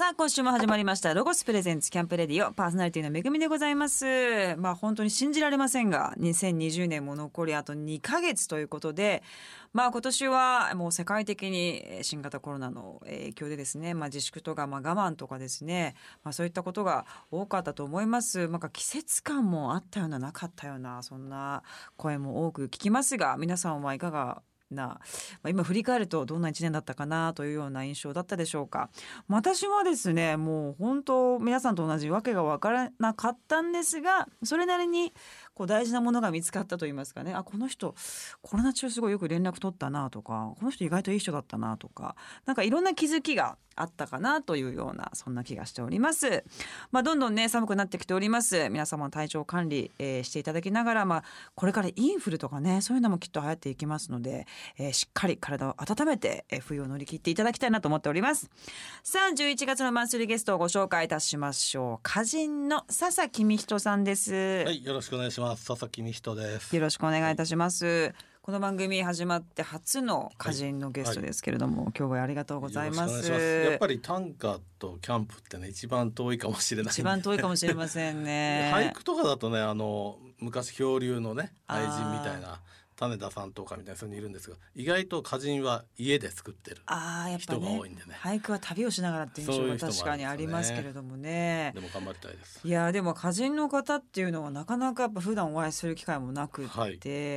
さあ今週も始まりましたロゴスプレゼンツキャンプレディオ、パーソナリティのめぐみでございます。本当に信じられませんが、2020年も残りあと2ヶ月ということで、今年はもう世界的に新型コロナの影響でですね、自粛とか我慢とかですね、そういったことが多かったと思います。季節感もあったようななかったような、そんな声も多く聞きますが、皆さんはいかが今振り返るとどんな1年だったかなというような印象だったでしょうか。私はですね、もう本当皆さんと同じわけが分からなかったんですが、それなりに大事なものが見つかったと言いますかね、この人コロナ中すごいよく連絡取ったなとか、この人意外といい人だったなとか、いろんな気づきがあったかなというような、そんな気がしております。どんどんね寒くなってきております。皆様体調管理、していただきながら、これからインフルとかね、そういうのもきっと流行っていきますので、しっかり体を温めて、冬を乗り切っていただきたいなと思っております。さあ11月のマンスリーゲストをご紹介いたしましょう。歌人の笹公人さんです。 はい、よろしくお願いします。笹公人です。 よろしくお願いいたします。この番組始まって初の歌人のゲストですけれども、今日はありがとうございます。 やっぱり短歌とキャンプってね、一番遠いかもしれない。 一番遠いかもしれませんね。 俳句とかだとね、昔漂流のね愛人みたいな種田さんとかみたいな人にいるんですが、意外と歌人は家で作ってる人が多いんでね。 俳句は旅をしながらっていう印象が確かにありますけれどもね。 でも頑張りたいです。 いやでも歌人の方っていうのはなかなかやっぱ普段お会いする機会もなくって、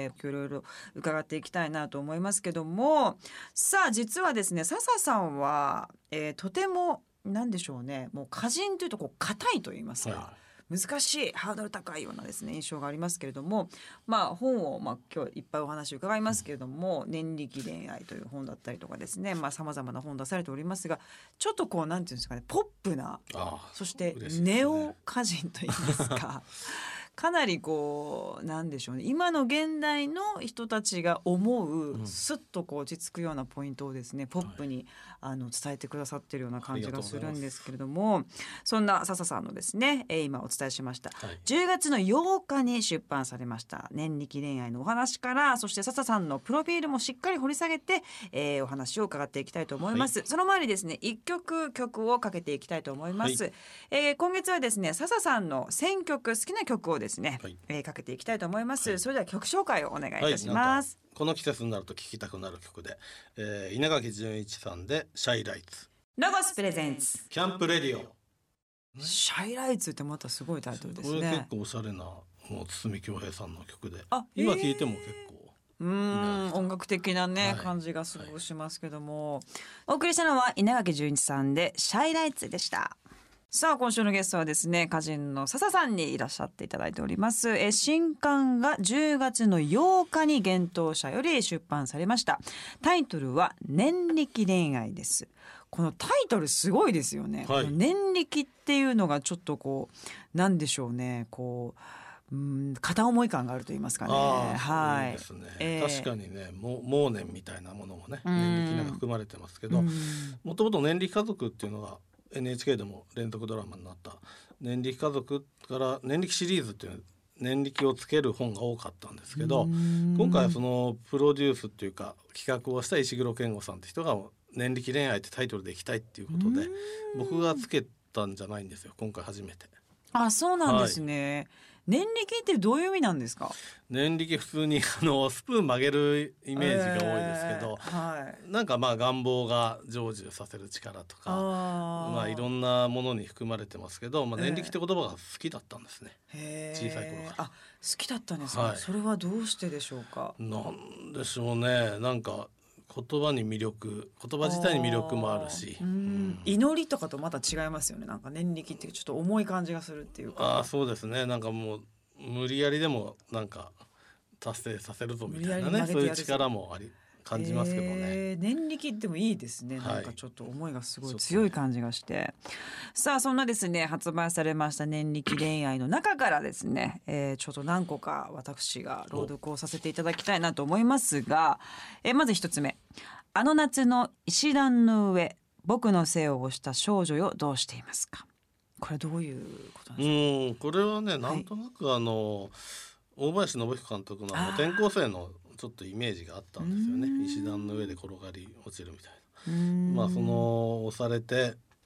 いろいろ伺っていきたいなと思いますけども、さあ実はですね、笹さんは、とてもなんでしょうね、もう歌人というと硬いと言いますか、難しいハードル高いようなですね印象がありますけれども、本を、今日いっぱいお話伺いますけれども、念力恋愛という本だったりとかですね、さまざまな本出されておりますが、ちょっとなんていうんですかね、ポップな、そしてネオ歌人といいますかかなりなんでしょうね、今の現代の人たちが思う、スッと落ち着くようなポイントをですねポップに、伝えてくださっているような感じがするんですけれども、そんな笹さんのですね、今お伝えしました、10月の8日に出版されました念力恋愛のお話から、そして笹さんのプロフィールもしっかり掘り下げて、お話を伺っていきたいと思います。その前にですね1曲をかけていきたいと思います。今月はですね笹さんの選曲、好きな曲をですね、かけていきたいと思います。それでは曲紹介をお願いいたします。 この季節になると聴きたくなる曲で、稲垣潤一さんでシャイライツ。 ロゴスプレゼンツキャンプレディオ、 シャイライツってまたすごいタイトルですね。 これ結構おしゃれな、もう堤恭平さんの曲で、今聴いても結構音楽的なね、感じがすごくしますけども、お送りしたのは稲垣潤一さんでシャイライツでした。さあ今週のゲストはですね、歌人の笹さんにいらっしゃっていただいております。新刊が10月の8日に幻冬舎より出版されました。タイトルは念力恋愛です。このタイトルすごいですよね、念力っていうのがちょっとなんでしょうね、片思い感があると言いますかね。 そうですね、確かにね、妄念みたいなものもね、念力なんか含まれてますけど、もともと念力家族っていうのがNHK でも連続ドラマになった念力家族から念力シリーズっていう念力をつける本が多かったんですけど、今回はそのプロデュースっていうか企画をした石黒健吾さんって人が念力恋愛ってタイトルでいきたいっていうことで、僕がつけたんじゃないんですよ、今回初めて。 そうなんですね。念力ってどういう意味なんですか？ 念力、普通にスプーン曲げるイメージが多いですけど、なんか願望が成就させる力とか、いろんなものに含まれてますけど、念力って言葉が好きだったんですね、小さい頃から。 好きだったんですか、それはどうしてでしょうか？ なんでしょうね、なんか言葉に魅力、言葉自体に魅力もあるし、 祈りとかとまた違いますよね。なんか念力ってちょっと重い感じがするっていうか。 そうですね、なんかもう無理やりでもなんか達成させるぞみたいなね、そういう力も感じますけどね。 念力ってもいいですね、なんかちょっと思いがすごい強い感じがして、さあそんなですね発売されました念力恋愛の中からですね、ちょっと何個か私が朗読をさせていただきたいなと思いますが、まず一つ目、あの夏の石段の上、僕の背を押した少女よどうしていますか。これどういうことなんですか？ これはね、なんとなく大林信彦監督の転校生のちょっとイメージがあったんですよね。石段の上で転がり落ちるみたいな、その押されて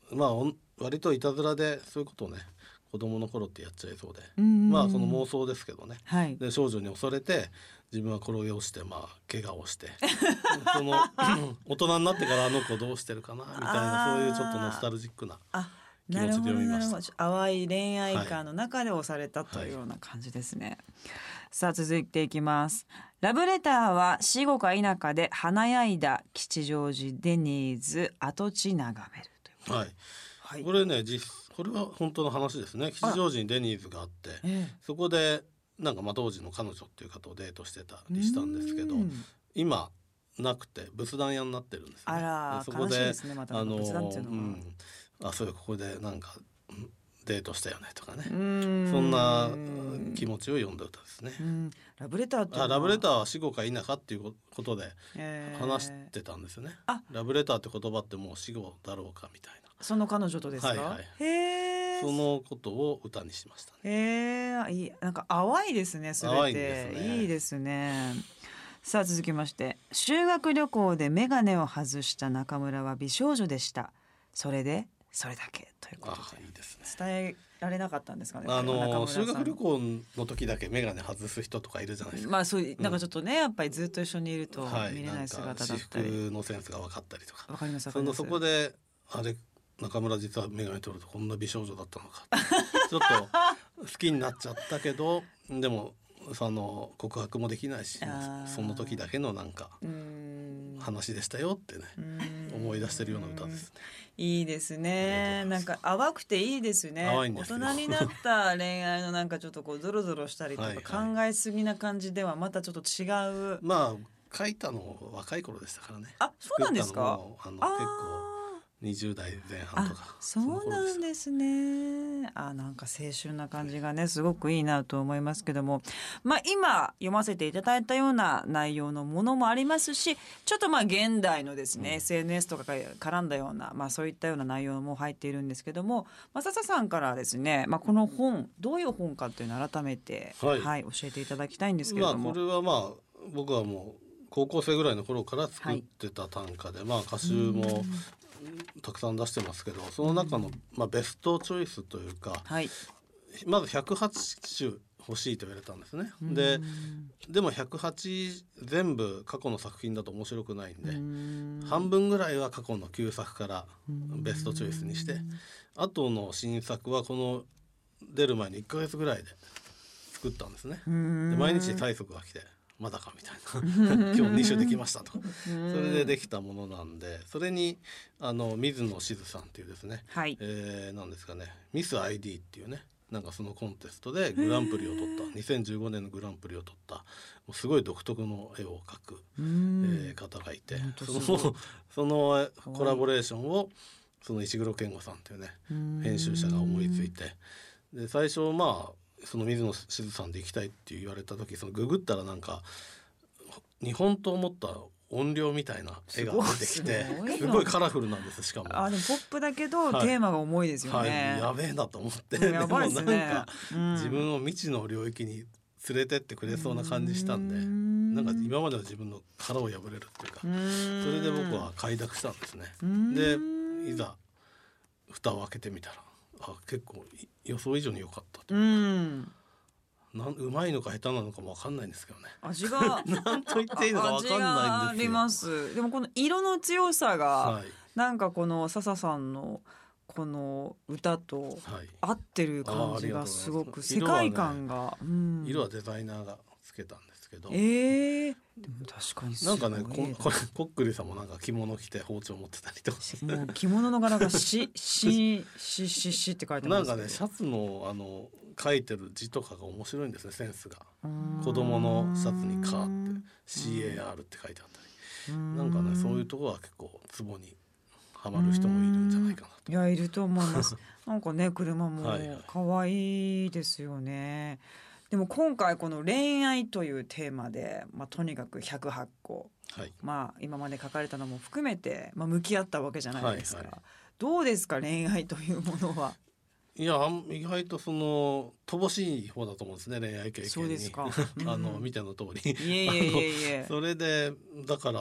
まあ割といたずらでそういうことをね子供の頃ってやっちゃいそうで、まあその妄想ですけどね、 はい、 で少女に恐れて自分は転げ落ちてまあ怪我をしてその大人になってからあの子どうしてるかなみたいなそういうちょっとノスタルジックな気持ちで読みました。 淡い恋愛観の中で押されたというような感じですね、はい、さあ続いていきます。ラブレターは死後か否かで華やいだ吉祥寺デニーズ跡地眺めるということで、 はいはい、これねこれは本当の話ですね。吉祥寺にデニーズがあって、そこでなんか当時の彼女っていう方をデートしてたりしたんですけど、今なくて仏壇屋になってるんですね。 あらそこで悲しいですね、また仏壇っていうのは、 そういうここでなんかデートしたよねとかね、そんな気持ちを読んだ歌ですね。 ラブレターっていうのはラブレターは死後か否かっていうことで話してたんですよね。ラブレターって言葉ってもう死後だろうかみたいな、 その彼女とですか、はいはい、へそのことを歌にしましたね。 いい、なんか淡いですね、すべて淡いですね。 いいですね。さあ続きまして、修学旅行で眼鏡を外した中村は美少女でした。それでそれだけということで、いいですね、伝えられなかったんですかね。 修学旅行の時だけ眼鏡外す人とかいるじゃないですか。 まあそうなんかちょっとね、やっぱりずっと一緒にいると見れない姿だったり、 私服のセンスが分かったりとか。 わかります。 そこであれ中村実は眼鏡取るとこんな美少女だったのかちょっと好きになっちゃったけどでもその告白もできないし、その時だけのなんか話でしたよってね思い出してるような歌です。 いいですね。なんか淡くていいですね。大人になった恋愛のなんかちょっとこうゾロゾロしたりとか考えすぎな感じではまたちょっと違う。 まあ書いたの若い頃でしたからね。 そうなんですか。 結構20代前半とか。 そうなんですね。なんか青春な感じがねすごくいいなと思いますけども、今読ませていただいたような内容のものもありますし、ちょっと現代のですね、SNS とかが絡んだようなそういったような内容も入っているんですけども、笹さんからですね、この本どういう本かっていうのを改めて、教えていただきたいんですけれども。 これは僕はもう高校生ぐらいの頃から作ってた短歌で、歌集もたくさん出してますけど、その中の、ベストチョイスというか、まず108首欲しいと言われたんですね。でも108全部過去の作品だと面白くないんで、半分ぐらいは過去の旧作からベストチョイスにして、あとの新作はこの出る前に1ヶ月ぐらいで作ったんですね。で毎日催促が来てまだかみたいな今日2首できましたとそれでできたものなんで、それに水野しずさんっていうですね、なんですかね、ミス ID っていうね、なんかそのコンテストでグランプリを取った2015年のグランプリを取ったもうすごい独特の絵を描く、方がいて、そのコラボレーションをその石黒健吾さんっていうね編集者が思いついて、で最初その水野しずさんで行きたいって言われた時、そのググったらなんか日本刀を持った音量みたいな絵が出てきて、すごいカラフルなんです。しかもでもポップだけど、テーマが重いですよね。 やべえなと思って、 やばいですね。 でもなんか、自分を未知の領域に連れてってくれそうな感じしたんで、なんか今までの自分の殻を破れるっていうか、それで僕は快諾したんですね。でいざ蓋を開けてみたら結構予想以上に良かったというか、うまいのか下手なのかも分かんないんですけどね。 味が何と言っていいのか分かんないんですよ。 味があります。でもこの色の強さが、なんかこの笹さんのこの歌と合ってる感じがすごく、世界観が、 色はデザイナーがつけたんですけど、 でも確かにすごいなんかね、これコックリさんもなんか着物着て包丁持ってたりとか、 もう着物の柄がしって書いてますけど、 なんかねシャツの書いてる字とかが面白いんですね、センスが。子供のシャツにカーって CAR って書いてあったり、なんかねそういうところは結構ツボにハマる人もいるんじゃないかなと。 いやいると思いますなんかね車も可愛いですよね。でも今回この恋愛というテーマで、とにかく108個、今まで書かれたのも含めて、向き合ったわけじゃないですか。どうですか恋愛というものは。 いや意外と乏しい方だと思うんですね、恋愛経験に。 そうですか、 見ての通りいえそれでだから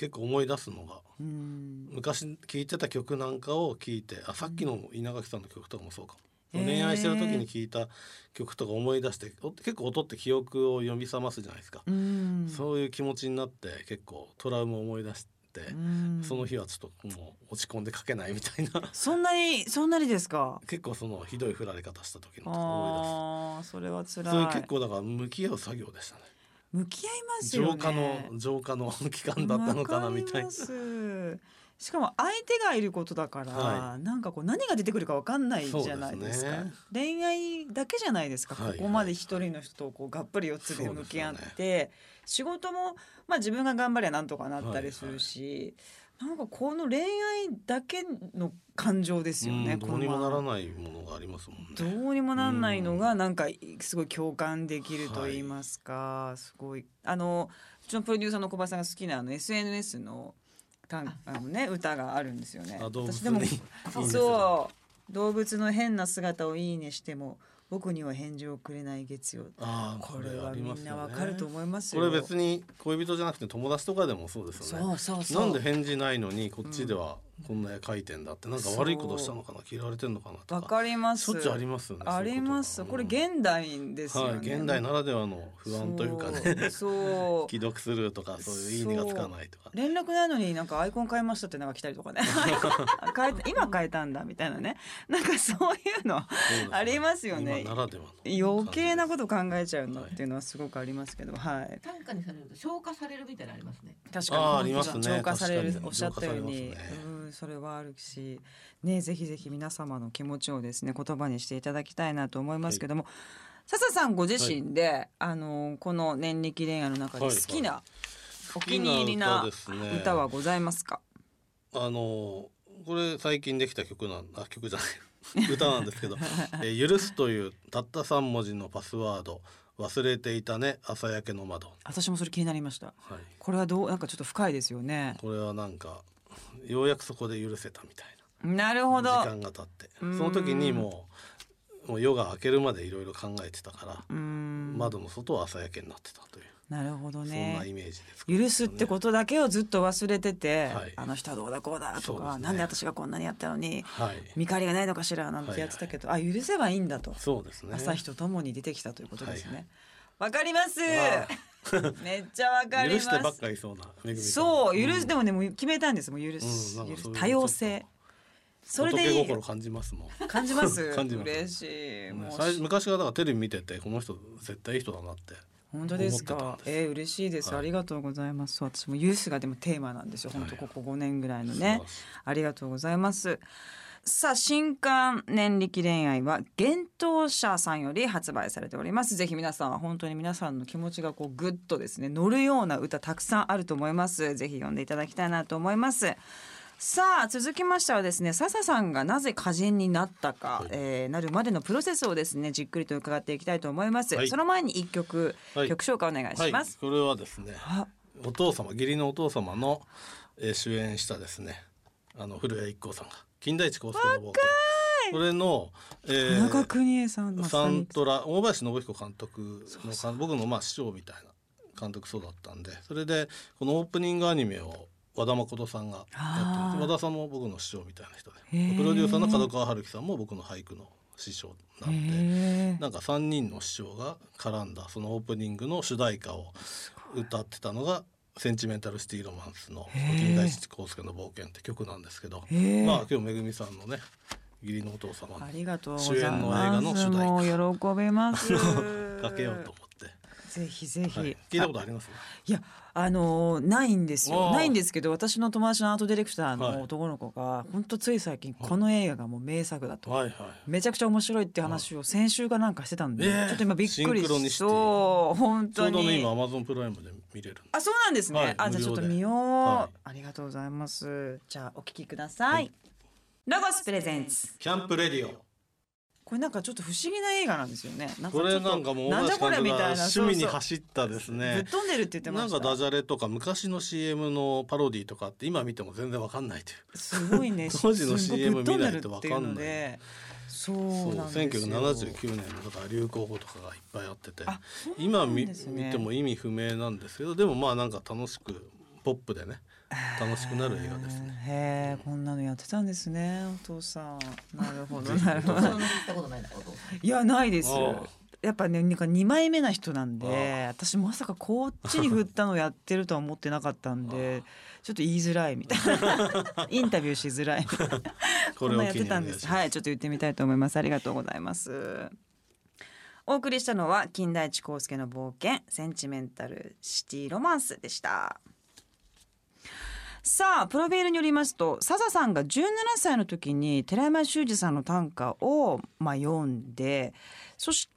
結構思い出すのが、昔聴いてた曲なんかを聴いて、さっきの稲垣さんの曲とかもそうかも、恋愛してる時に聴いた曲とか思い出して、結構音って記憶を呼び覚ますじゃないですか。そういう気持ちになって結構トラウマを思い出して、その日はちょっともう落ち込んで書けないみたいなそんなにですか。 結構そのひどい振られ方した時のこと思い出す。 それは辛い。 それ結構だから向き合う作業でしたね。 向き合いますよね。 浄化の期間だったのかなみたいな。 しかも相手がいることだから、なんかこう何が出てくるか分かんないじゃないですか。恋愛だけじゃないですか、ここまで一人の人とこうがっぷり四つで向き合って、仕事も自分が頑張りゃなんとかなったりするし、なんかこの恋愛だけの感情ですよね。 どうにもならないものがありますもんね。 どうにもならないのがなんかすごい共感できると言いますか、すごい。うちのプロデューサーの小林さんが好きなSNS の歌があるんですよね。私でもそう動物の変な姿をいいねしても僕には返事をくれない月曜。これはみんなわかると思いますよ。 これ別に恋人じゃなくて友達とかでもそうですよね。なんで返事ないのにこっちではこんな絵描いてんだって、なんか悪いことしたのかな、嫌われてんのかなとか。 わかります。 しょっちゅうありますよね。 あります。これ現代ですよね。 現代ならではの不安というかね。既読するとか、そういういいねがつかないとか。 連絡ないのになんかアイコン変えましたってなんか来たりとかね。今変えたんだみたいなね。なんかそういうのありますよね。 今ならではの余計なこと考えちゃうのっていうのはすごくありますけど、短歌にされると消化されるみたいなのありますね。 確かにありますね。 消化される、おっしゃったように、それはあるしね。ぜひぜひ皆様の気持ちをですね言葉にしていただきたいなと思いますけども、笹さんご自身で、この年力恋愛の中で好きな、お気に入りな歌はございますか？ これ最近できた曲じゃない歌なんですけど許すというたった3文字のパスワード、忘れていたね朝焼けの窓。 私もそれ気になりました。これはなんかちょっと深いですよね。 これはなんかようやくそこで許せたみたいな。 なるほど。 時間が経ってその時にもう夜が明けるまでいろいろ考えてたから、窓の外は朝焼けになってたという。 なるほどね。 そんなイメージです、 許すってことだけをずっと忘れてて、あの人はどうだこうだとか、なんで私がこんなにやったのに、見返りがないのかしらなんてやってたけど、許せばいいんだと。 そうですね。 朝日とともに出てきたということですね。わかります。めっちゃわかります。 許してばっかりそうなめぐみさん。 そう許す、でもねもう決めたんです。もう許す、多様性。それでいい。 心感じますもん。 感じます。 感じます。 嬉しい。 昔からだからテレビ見ててこの人絶対いい人だなって。 本当ですか。嬉しいです、ありがとうございます。私もユースがでもテーマなんですよ。本当ここ5年ぐらいのね。ありがとうございます。さあ新刊年力恋愛は幻冬舎さんより発売されております。ぜひ皆さんは本当に皆さんの気持ちがこうグッとですね乗るような歌たくさんあると思います。ぜひ読んでいただきたいなと思います。さあ続きましてはですね、笹さんがなぜ歌人になったか、なるまでのプロセスをですねじっくりと伺っていきたいと思います。その前に一曲、曲紹介お願いします。 これはですねお父様、義理のお父様の、主演したですね古谷一行さんが金田一耕助の冒険、これの、 田中邦衛さんのサントラ大林信彦監督の僕の師匠みたいな監督そうだったんで、それでこのオープニングアニメを和田誠さんがやってます。和田さんも僕の師匠みたいな人で、プロデューサーの角川春樹さんも僕の俳句の師匠なんで、なんか3人の師匠が絡んだそのオープニングの主題歌を歌ってたのがセンチメンタルシティロマンスの金田一耕助の冒険って曲なんですけど、今日めぐみさんのね義理のお父様の主演の映画の主題歌もう喜べますかけようと思って、 ぜひぜひ、 聞いたことあります？ いやないんですよ。ないんですけど、私の友達のアートディレクターの男の子が本当つい最近この映画がもう名作だと、めちゃくちゃ面白いって話を先週かなんかしてたんで、ちょっと今びっくりシンクロにして、 そう本当にちょうどね今 Amazon プライムで見れる。 そうなんですね。じゃあちょっと見よう、ありがとうございます。じゃあお聞きください。ロゴスプレゼンツキャンプレディオ。 これなんかちょっと不思議な映画なんですよね。 これなんかもうなんじゃこれみたいな趣味に走ったですね。 ぶっ飛んでるって言ってました。 なんかダジャレとか昔の CM のパロディとかって今見ても全然わかんないという。 すごいね。 当時の CM 見ないとわかんない。 そうなんですよ。 1979年のだから流行語とかがいっぱいあってて、今見ても意味不明なんですけど、でもなんか楽しくポップでね楽しくなる映画ですね。 へえ、こんなのやってたんですね、お父さん。なるほどなるほど。 そんなの聞いたことないな、お父さん。 いやないです。 あやっぱね、なんか2枚目な人なんあで、私まさかこっちに振ったのやってるとは思ってなかったんで、ちょっと言いづらいみたいなインタビューしづらいみたいなこんなやってたんです。はい、ちょっと言ってみたいと思います。ありがとうございます。お送りしたのは金田一耕助の冒険センチメンタルシティロマンスでした。さあ、プロフィールによりますと、笹さんが17歳の時に寺山修司さんの短歌を読んで、そして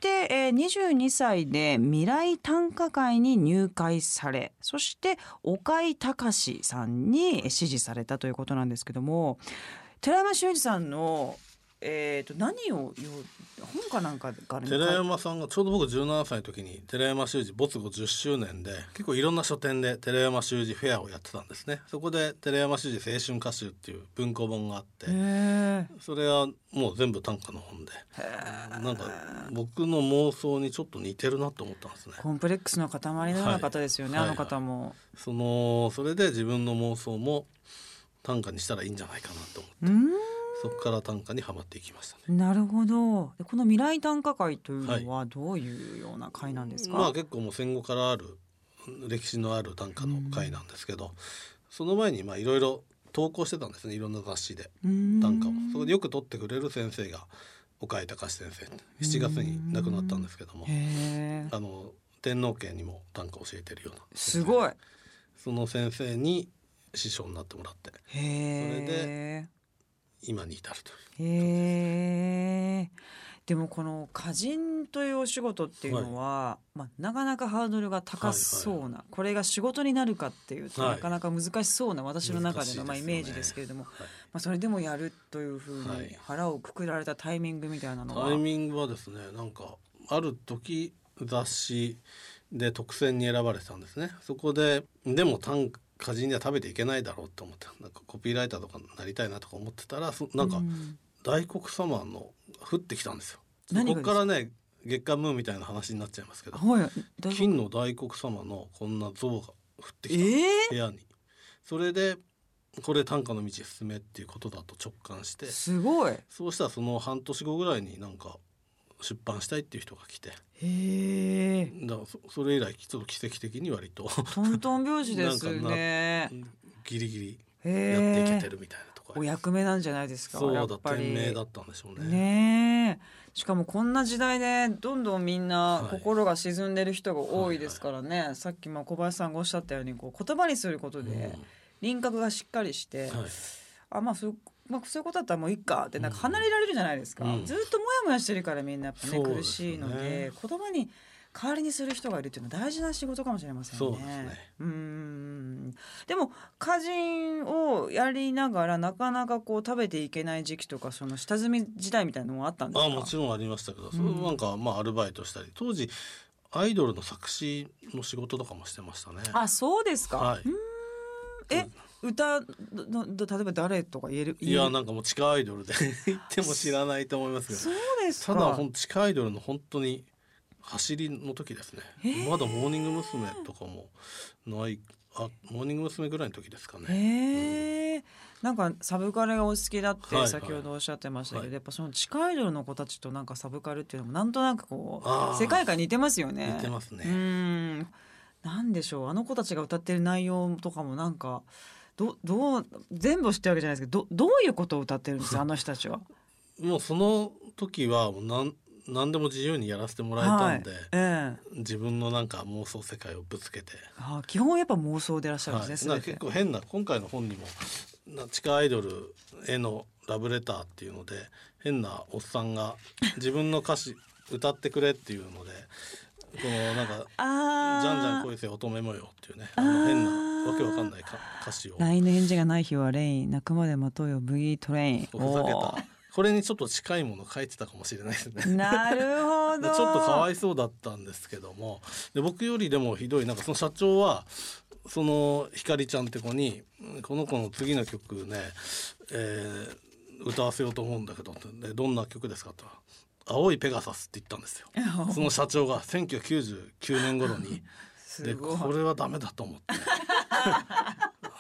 、22歳で未来短歌会に入会され、そして岡井隆さんに支持されたということなんですけども、寺山修司さんの何を本かなんかが寺山さんがちょうど僕17歳の時に寺山修司没後10周年で結構いろんな書店で寺山修司フェアをやってたんですね。そこで寺山修司青春歌集っていう文庫本があって、それはもう全部短歌の本で、なんか僕の妄想にちょっと似てるなと思ったんですね。 コンプレックスの塊のような方ですよね、あの方も。 それで自分の妄想も短歌にしたらいいんじゃないかなと思って、そこから短歌にはまっていきましたね。 なるほど。でこの未来短歌会というのはどういうような会なんですか？ 結構もう戦後からある歴史のある短歌の会なんですけど、その前にいろいろ投稿してたんですね、いろんな雑誌で短歌を。そこでよく取ってくれる先生が岡井隆先生、7月に亡くなったんですけども、天皇家にも短歌を教えてるような、 すごい。 その先生に師匠になってもらって、それで今に至るという。 でもこの歌人というお仕事っていうのは、なかなかハードルが高そうな、これが仕事になるかっていうと、なかなか難しそうな私の中でのイメージですけれども、それでもやるというふうに腹をくくられたタイミングみたいなのは、 タイミングはですね、なんかある時雑誌で特選に選ばれてたんですね。そこででも歌人には食べていけないだろうと思って、なんかコピーライターとかになりたいなとか思ってたら、なんか大黒様の降ってきたんですよ。ここからね月刊ムーンみたいな話になっちゃいますけど、金の大黒様のこんな像が降ってきた、部屋に。それでこれ短歌の道進めっていうことだと直感して、 すごい。 そうしたらその半年後ぐらいになんか出版したいっていう人が来て、だからそれ以来ちょっと奇跡的に割とトントン拍子ですね。 ギリギリやっていけてるみたいなところ。 お役目なんじゃないですか。 そうだ、天命だったんでしょうね。しかもこんな時代でどんどんみんな心が沈んでる人が多いですからね、さっき小林さんがおっしゃったように言葉にすることで輪郭がしっかりして、そういうことだったらもういいかってなんか離れられるじゃないですか、ずっともやもやしてるからみんなやっぱね苦しいので、言葉に代わりにする人がいるっていうのは大事な仕事かもしれませんね。 そうですね。 でも歌人をやりながらなかなか食べていけない時期とか、その下積み時代みたいなのもあったんですか？ もちろんありましたけど、それなんかアルバイトしたり、当時アイドルの作詞の仕事とかもしてましたね。 そうですか。歌の例えば誰とか言える？ いや、なんかもう地下アイドルで言っても知らないと思いますけど、 そうですか。 ただ地下アイドルの本当に走りの時ですね。まだモーニング娘。とかもない、モーニング娘。ぐらいの時ですかね。 なんかサブカルがお好きだって先ほどおっしゃってましたけど、やっぱその地下アイドルの子たちとなんかサブカルっていうのもなんとなく世界観似てますよね。 似てますね。 なんでしょう、あの子たちが歌ってる内容とかもなんか全部知ってるわけじゃないですけど、どういうことを歌ってるんですかあの人たちは。 もうその時は何でも自由にやらせてもらえたんで、自分のなんか妄想世界をぶつけて、 基本はやっぱ妄想でいらっしゃるんですね。 結構変な、今回の本にも地下アイドルへのラブレターっていうので、変なおっさんが自分の歌詞歌ってくれっていうので、なんかじゃんじゃん恋せ乙女模様っていうね、変なわけわかんない歌詞を、 LINE の返事がない日はレイン、泣くまで待とうよブギートレイン、 ふざけた、これにちょっと近いもの書いてたかもしれないですね。 なるほど。 ちょっとかわいそうだったんですけども、で僕よりでもひどい、なんかその社長はそのひかりちゃんって子に、この子の次の曲ね、歌わせようと思うんだけど、でどんな曲ですかって言ったら、青いペガサスって言ったんですよその社長が1999年頃にでこれはダメだと思って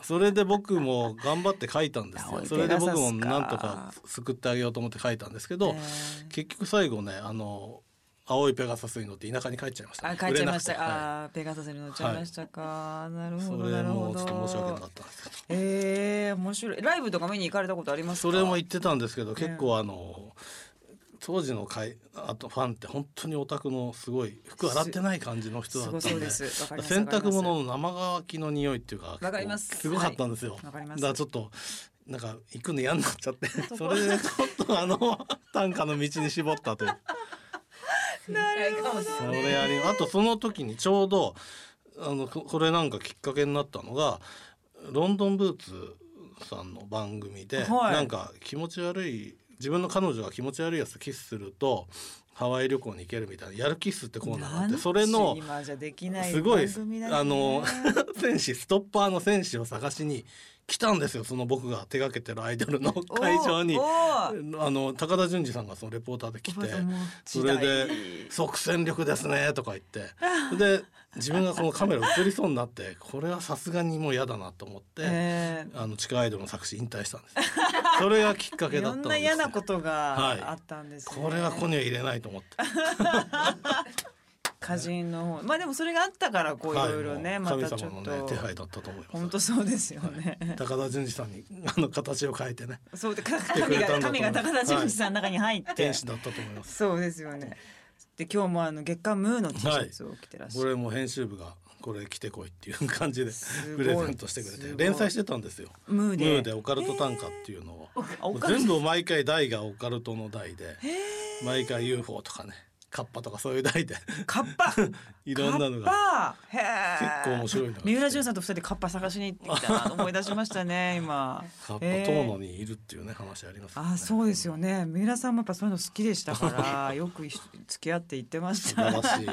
それで僕も頑張って書いたんですよ。それで僕もなんとか救ってあげようと思って書いたんですけど、結局最後ね青いペガサスに乗って田舎に帰っちゃいました、ね、 帰っちゃいました。ペガサスに乗っちゃいましたか、はい、なるほど。 それもちょっと申し訳なかったんですけど。 面白い。ライブとか見に行かれたことありますか？ それも言ってたんですけど、結構当時のあとファンって本当にオタクのすごい服洗ってない感じの人だったんで、洗濯物の生乾きの匂いっていうかすごかったんですよ、はい、だからちょっとなんか行くの嫌になっちゃってそれでちょっと短歌の道に絞ったというなるほど、ね、 それあとその時にちょうどこれなんかきっかけになったのがロンドンブーツさんの番組で、はい、なんか気持ち悪い自分の彼女が気持ち悪いやつとキスするとハワイ旅行に行けるみたいなやるキスってコーナーがあって、それのすごい戦士ストッパーの戦士を探しに来たんですよ。その僕が手掛けてるアイドルの会場に高田純次さんがそのレポーターで来て、それで即戦力ですねとか言ってで自分がそのカメラ映りそうになってこれはさすがにもう嫌だなと思って、地下アイドルの作詞引退したんですそれがきっかけだったんです。いろんな嫌なことがあったんですね、 はい、これはここには入れないと思って歌人の方、でもそれがあったからこういろいろね、またちょっと神様の、ね、手配だったと思います。 本当そうですよね、 はい、高田純次さんに形を変えてね、 そうで神が高田純次さんの中に入って、 天使だったと思います。 そうですよね。で今日も月刊ムーの T シャツを着てらっしゃる、 これも編集部がこれ着てこいっていう感じでプレゼントしてくれて連載してたんですよ。ムーでオカルト短歌っていうのを、全部毎回題がオカルトの題で、毎回 UFO とかねカッパとかそういう題でカッパいろんなのが結構面白いのが、 三浦淳さんと2人でカッパ探しに行ってきたなと思い出しましたね今カッパ遠野にいるっていうね話ありますね。 そうですよね。三浦さんもやっぱそういうの好きでしたからよく付き合って言ってました。 素晴らしい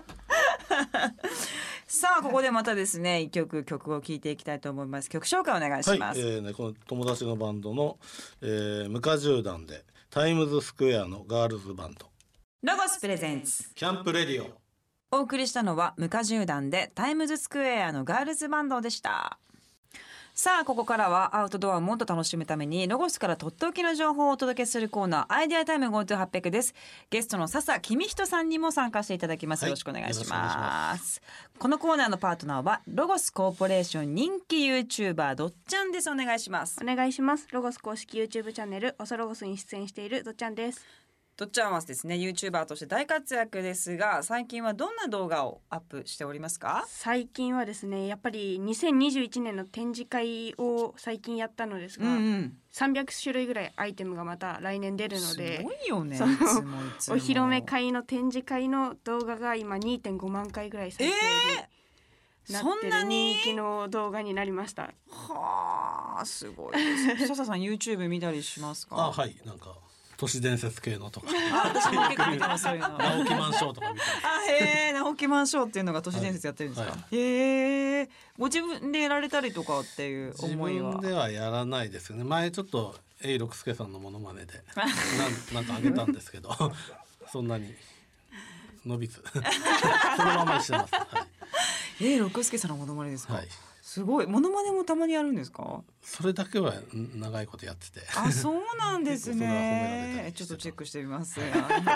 さあここでまたですね一曲を聴いていきたいと思います。曲紹介お願いします。 はい、この友達のバンドの、無歌集団でタイムズスクエアのガールズバンドロゴスプレゼンツキャンプレディオ。 お送りしたのは無歌集団でタイムズスクエアのガールズバンドでした。さあここからはアウトドアをもっと楽しむためにロゴスからとっておきの情報をお届けするコーナーアイデアタイム GoTo800 です。ゲストの笹公人さんにも参加していただきます。よろしくお願いします。このコーナーのパートナーはロゴスコーポレーション人気 YouTuber どっちゃんです。お願いします。 お願いします。ロゴス公式 YouTube チャンネルおそロゴスに出演しているどっちゃんです。 どっちゃんはですね YouTuber として大活躍ですが、最近はどんな動画をアップしておりますか？ 最近はですねやっぱり2021年の展示会を最近やったのですが、300種類ぐらいアイテムがまた来年出るので、 すごいよね。 いつもお披露目会の展示会の動画が今 2.5 万回ぐらい再生になってる人気の動画になりました。 はあ、すごいです。笹さん YouTube 見たりしますか？ はい、なんか都市伝説系のとか私も結構見てますそういうの直木マンショーとか見たり直木マンショーっていうのが都市伝説やってるんですか？ご自分でやられたりとかっていう思いは？ 自分ではやらないですよね。前ちょっと永六輔さんのモノマネでなんかあげたんですけどそんなに伸びずそのままにしてます。 永六輔さんのモノマネですか？ はい、 すごい。モノマネもたまにやるんですか？ それだけは長いことやっててそうなんですねちょっとチェックしてみます。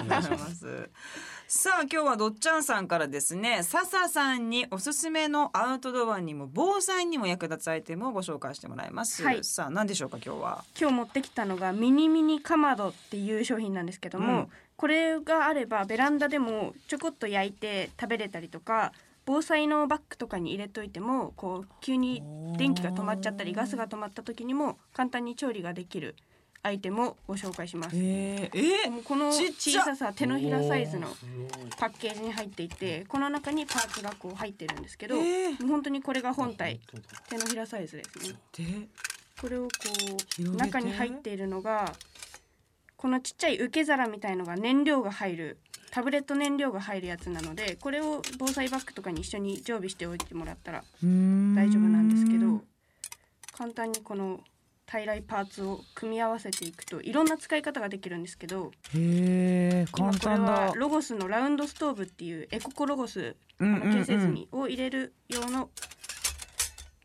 さあ今日はどっちゃんさんからですね笹さんにおすすめのアウトドアにも防災にも役立つアイテムをご紹介してもらいます。さあ何でしょうか？今日持ってきたのがミニミニかまどっていう商品なんですけども、これがあればベランダでもちょこっと焼いて食べれたりとか、防災のバッグとかに入れといてもこう急に電気が止まっちゃったりガスが止まった時にも簡単に調理ができるアイテムをご紹介します。この小ささ手のひらサイズのパッケージに入っていて、この中にパーツがこう入ってるんですけど、本当にこれが本体手のひらサイズですね。これをこう中に入っているのがこのちっちゃい受け皿みたいのが燃料が入るタブレット燃料が入るやつなので、これを防災バッグとかに一緒に常備しておいてもらったら大丈夫なんですけど、簡単にこの大来パーツを組み合わせていくといろんな使い方ができるんですけど、 簡単だ。 これはロゴスのラウンドストーブっていうエココロゴス形成図にを入れる用の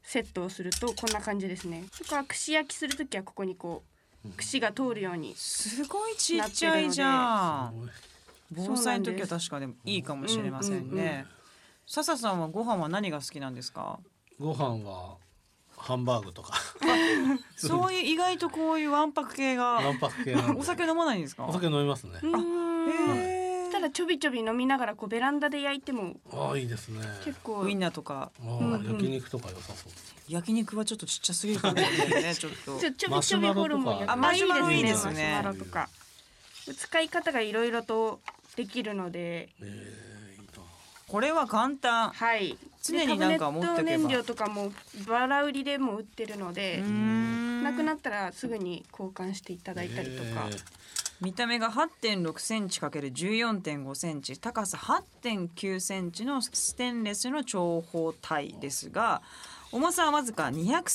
セットをするとこんな感じですね。とか串焼きするときはここにこう串が通るように。 すごいちっちゃいじゃん。防災の時は確かにいいかもしれませんね。笹さんはご飯は何が好きなんですか？ ご飯はハンバーグとかそういう意外とこういうわんぱく系が。 わんぱく系なんで。 お酒飲まないんですか？ お酒飲みますね。 ただちょびちょび飲みながらこうベランダで焼いてもいいですね。 結構ウインナーとか。 焼肉とか良さそう。 焼肉はちょっとちっちゃすぎるかもしれないね。ちょっとちょびちょびホルモン焼く。 マシュマロいいですね。 マシュマロとか使い方がいろいろとできるので、 これは簡単。 はい。 常になんか持っておけば。 燃料とかもバラ売りでも売ってるので、なくなったらすぐに交換していただいたりとか。 見た目が 8.6 センチ ×14.5 センチ、高さ 8.9 センチのステンレスの長方体ですが、重さはわずか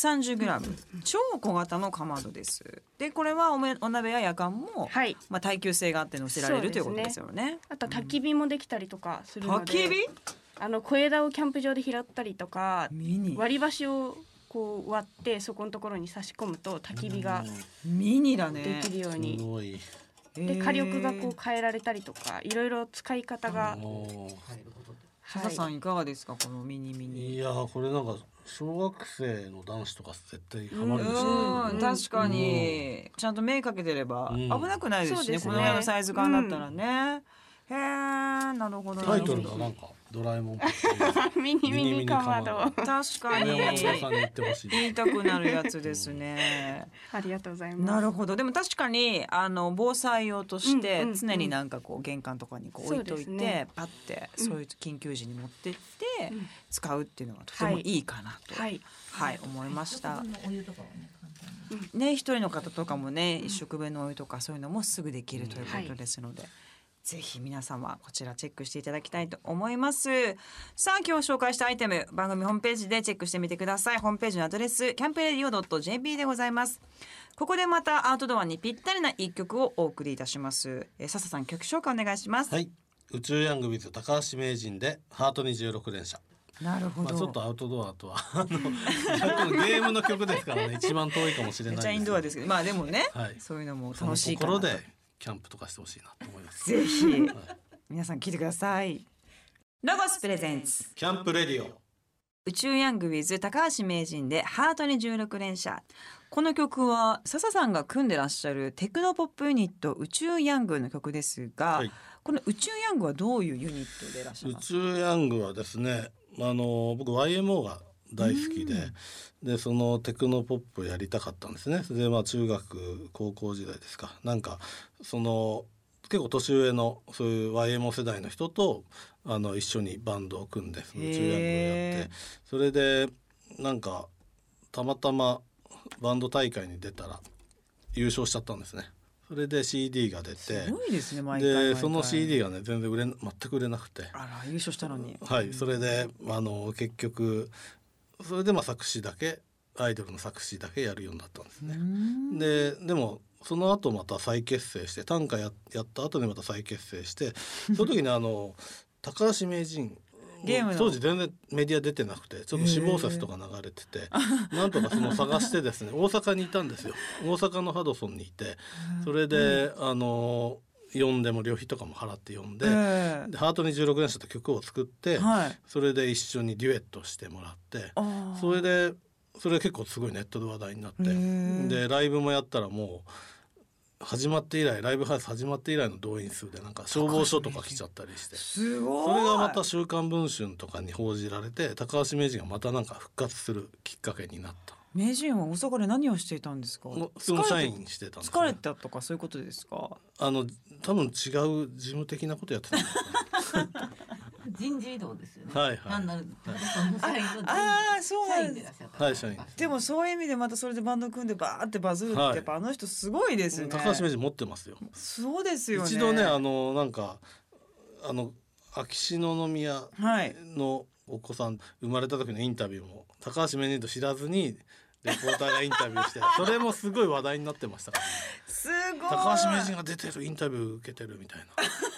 230g、超小型のかまどです。でこれはお鍋ややかんも、耐久性があって乗せられるということですよね。 あと焚き火もできたりとかするので、 焚き火？ 小枝をキャンプ場で拾ったりとか、割り箸をこう割ってそこのところに差し込むと焚き火がミニだね。 できるように。 すごい。 で火力がこう変えられたりとか、いろいろ使い方が。 笹さんいかがですか、このミニ。 いやこれなんか小学生の男子とか絶対ハマるでしょ。 確かに、ちゃんと目かけてれば危なくないですしね、このぐらいのサイズ感だったらね。へえ、なるほど。 タイトルがなんかドラえもんミニかまど。 確かに言いたくなるやつですね。 ありがとうございます。 なるほど。でも確かに防災用として常になんかこう玄関とかにこう置いといて、パッてそういう緊急時に持ってって使うっていうのがとてもいいかなと思いました。ね、一人の方とかもね、一食分のお湯とかそういうのもすぐできるということですので、ぜひ皆様こちらチェックしていただきたいと思います。さあ今日紹介したアイテム、番組ホームページでチェックしてみてください。ホームページのアドレスキャンプレディオ .jp でございます。ここでまたアウトドアにぴったりな一曲をお送りいたします。笹さん、曲紹介お願いします。 はい、宇宙ヤング with 高橋名人でハートに16連射。 なるほど。 ちょっとアウトドアとはゲームの曲ですからね、一番遠いかもしれないです。 めっちゃインドアですけど、でもね、そういうのも楽しいかなと。 ところでキャンプとかしてほしいなと思います。 ぜひ、皆さん聞いてください。ロゴスプレゼンツキャンプレディオ宇宙ヤング with 高橋名人でハートに16連射。この曲は笹さんが組んでらっしゃるテクノポップユニット宇宙ヤングの曲ですが、この宇宙ヤングはどういうユニットでいらっしゃいますか？ 宇宙ヤングはですね、僕 YMO が大好きで、そのテクノポップをやりたかったんですね。で中学高校時代ですか、なんかその結構年上のそういう YMO 世代の人と一緒にバンドを組んでその宇宙ヤングをやって、それでなんかたまたまバンド大会に出たら優勝しちゃったんですね。それで CD が出て、 すごいですね、毎回でその CD がね全然全く売れなくて、 あら優勝したのに、 それで結局それで作詞だけ、アイドルの作詞だけやるようになったんですね。でもその後また再結成して、短歌 やった後にまた再結成して、その時に高橋名人当時全然メディア出てなくて、ちょっと死亡説とか流れてて、なんとかその探してですね大阪にいたんですよ。大阪のハドソンにいて、それで呼んでも旅費とかも払って呼んで、でハートに16連射って曲を作って、それで一緒にデュエットしてもらって、それ結構すごいネットで話題になって、でライブもやったらもうライブハウス始まって以来の動員数でなんか消防署とか来ちゃったりして、 すごい。 それがまた週刊文春とかに報じられて、高橋名人がまたなんか復活するきっかけになった。 名人は大阪で何をしていたんですか？ 普通の社員してたんです、ね、 疲れたとかそういうことですか？ 多分違う事務的なことやってたんですかね人事異動ですよね。 単なるそうなんです。 社員。 でもそういう意味でまたそれでバンド組んでバーってバズるって、やっぱ人すごいですね。 高橋名人持ってますよ。 そうですよね。 一度ねなんか秋篠宮のお子さん生まれた時のインタビューも高橋名人と知らずにレポーターがインタビューしてそれもすごい話題になってましたからね。 すごい。 高橋名人が出てるインタビュー受けてるみたいな。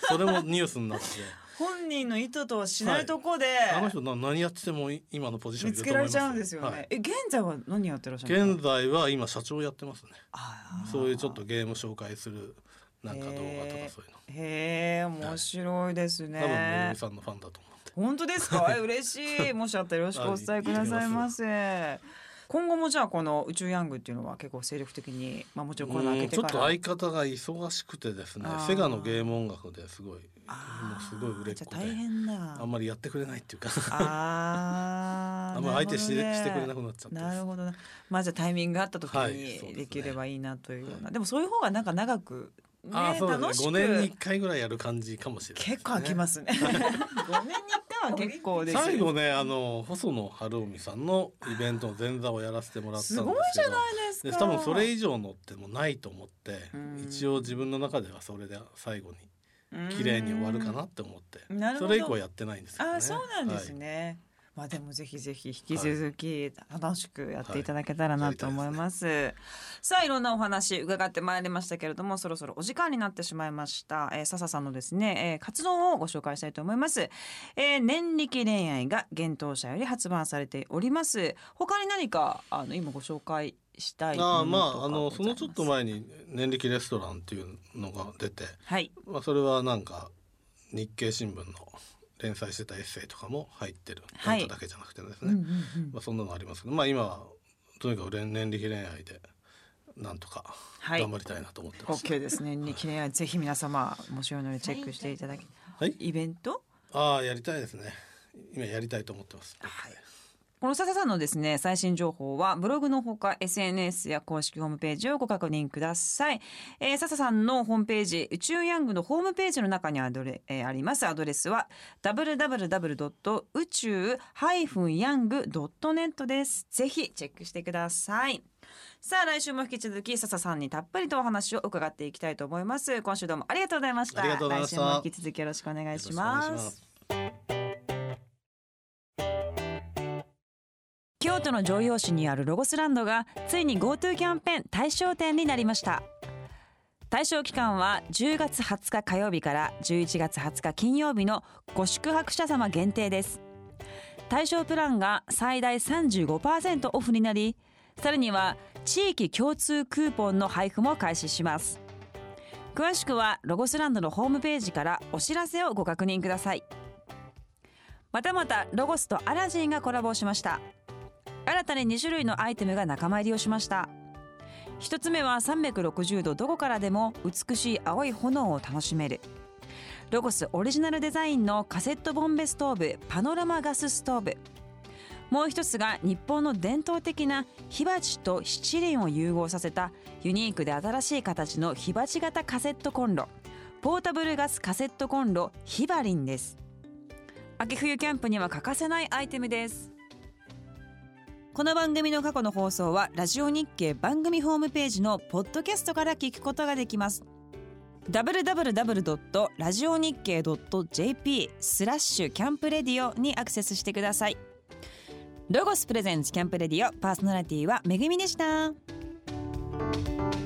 それもニュースになって本人の意図とはしないとこで、 あの人何やってても今のポジション見つけられちゃうんですよね、現在は何やってらっしゃるんですか？ 現在は今社長やってますね。そういうちょっとゲーム紹介するなんか動画とかそういうの。 へえ、面白いですね。 多分めぐみさんのファンだと思って。 本当ですか？嬉しい。もしあったらよろしくお伝えくださいませ。今後もじゃあこの宇宙ヤングっていうのは結構精力的に、もちろんコロナ明けてからちょっと相方が忙しくてですね、セガのゲーム音楽ですごいもうすごい売れっ子で、 大変だ。 あんまりやってくれないっていうかあんまり相手してくれなくなっちゃった。 なるほどな。じゃあタイミングがあった時にできればいいなというような、でもそういう方がなんか長くそうですね、 楽しく 5年に1回ぐらいやる感じかもしれない、 結構飽きますね5年に1回は結構ですよ。 最後ね細野晴臣さんのイベントの前座をやらせてもらったんですけど、 すごいじゃないですか。 多分それ以上のってもないと思って、一応自分の中ではそれで最後に綺麗に終わるかなって思って、それ以降やってないんですよね。 そうなんですね、でもぜひぜひ引き続き楽しくやっていただけたらなと思います、さあいろんなお話伺ってまいりましたけれども、そろそろお時間になってしまいました。笹さんのですね、活動をご紹介したいと思います。年力恋愛が幻冬舎より発売されております。他に何か今ご紹介したいものとかございます？ そのちょっと前に年力レストランっていうのが出て、それはなんか日経新聞の連載してたエッセイとかも入ってる、コントだけじゃなくてですね、そんなのありますけど、今はとにかく年力恋愛でなんとか頑張りたいなと思ってます。 OK ですね。年力恋愛ぜひ皆様もしようのでチェックしていただき、イベントやりたいですね。今やりたいと思ってます。 この笹さんのですね最新情報はブログのほか SNS や公式ホームページをご確認ください。笹さんのホームページ宇宙ヤングのホームページの中にありますアドレスは www. 宇宙-yang.net です。ぜひチェックしてください。さあ来週も引き続き笹さんにたっぷりとお話を伺っていきたいと思います。今週どうもありがとうございました。来週も引き続きよろしくお願いします。京都の城陽市にあるロゴスランドがついに GoTo キャンペーン対象店になりました。対象期間は10月20日火曜日から11月20日金曜日のご宿泊者様限定です。対象プランが最大 35% オフになり、さらには地域共通クーポンの配布も開始します。詳しくはロゴスランドのホームページからお知らせをご確認ください。またロゴスとアラジンがコラボしました。新たに2種類のアイテムが仲間入りをしました。一つ目は360度どこからでも美しい青い炎を楽しめるロゴスオリジナルデザインのカセットボンベストーブパノラマガスストーブ。もう一つが日本の伝統的な火鉢と七輪を融合させたユニークで新しい形の火鉢型カセットコンロポータブルガスカセットコンロヒバリンです。秋冬キャンプには欠かせないアイテムです。この番組の過去の放送はラジオ日経番組ホームページのポッドキャストから聞くことができます。www. ラジオ日経 .jp/キャンプレディオにアクセスしてください。ロゴスプレゼンツキャンプレディオパーソナリティはめぐみでした。